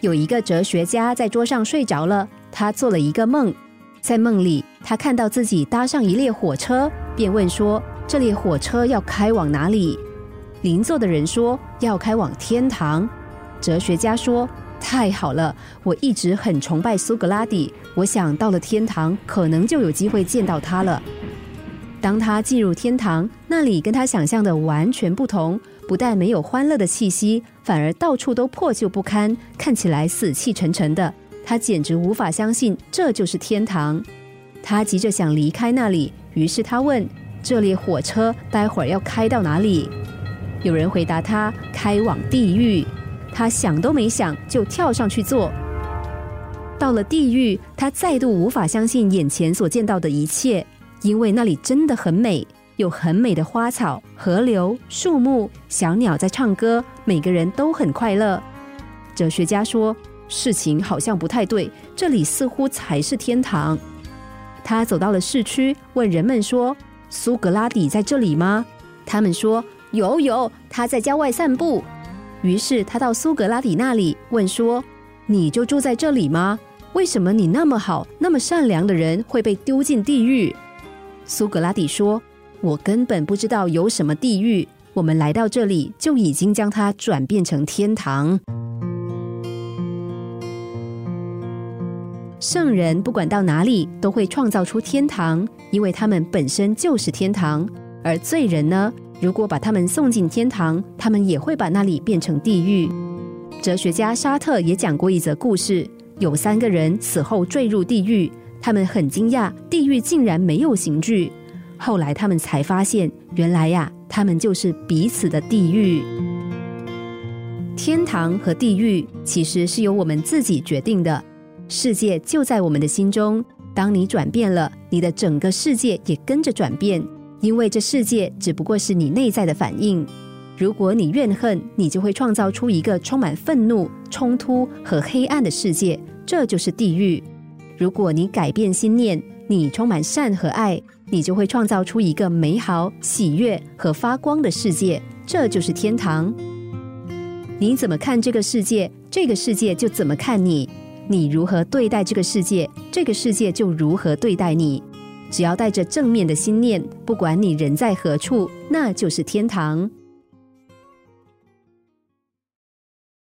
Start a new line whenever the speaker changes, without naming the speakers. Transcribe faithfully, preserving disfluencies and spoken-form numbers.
有一个哲学家在桌上睡着了，他做了一个梦，在梦里他看到自己搭上一列火车，便问说这列火车要开往哪里？邻座的人说要开往天堂。哲学家说太好了，我一直很崇拜苏格拉底，我想到了天堂可能就有机会见到他了。当他进入天堂，那里跟他想象的完全不同，不但没有欢乐的气息，反而到处都破旧不堪，看起来死气沉沉的。他简直无法相信这就是天堂。他急着想离开那里，于是他问这列火车待会儿要开到哪里？有人回答他开往地狱。他想都没想就跳上去坐。到了地狱，他再度无法相信眼前所见到的一切，因为那里真的很美，有很美的花草、河流、树木，小鸟在唱歌，每个人都很快乐。哲学家说事情好像不太对，这里似乎才是天堂。他走到了市区，问人们说苏格拉底在这里吗？他们说有有，他在郊外散步。于是他到苏格拉底那里问说你就住在这里吗？为什么你那么好那么善良的人会被丢进地狱？苏格拉底说我根本不知道有什么地狱，我们来到这里就已经将它转变成天堂。圣人不管到哪里都会创造出天堂，因为他们本身就是天堂。而罪人呢，如果把他们送进天堂，他们也会把那里变成地狱。哲学家沙特也讲过一则故事，有三个人死后坠入地狱，他们很惊讶地狱竟然没有刑具。后来他们才发现，原来呀、啊，他们就是彼此的地狱。天堂和地狱其实是由我们自己决定的，世界就在我们的心中，当你转变了，你的整个世界也跟着转变，因为这世界只不过是你内在的反应。如果你怨恨，你就会创造出一个充满愤怒、冲突和黑暗的世界，这就是地狱。如果你改变心念，你充满善和爱，你就会创造出一个美好、喜悦和发光的世界，这就是天堂。你怎么看这个世界，这个世界就怎么看你。你如何对待这个世界，这个世界就如何对待你。只要带着正面的心念，不管你人在何处，那就是天堂。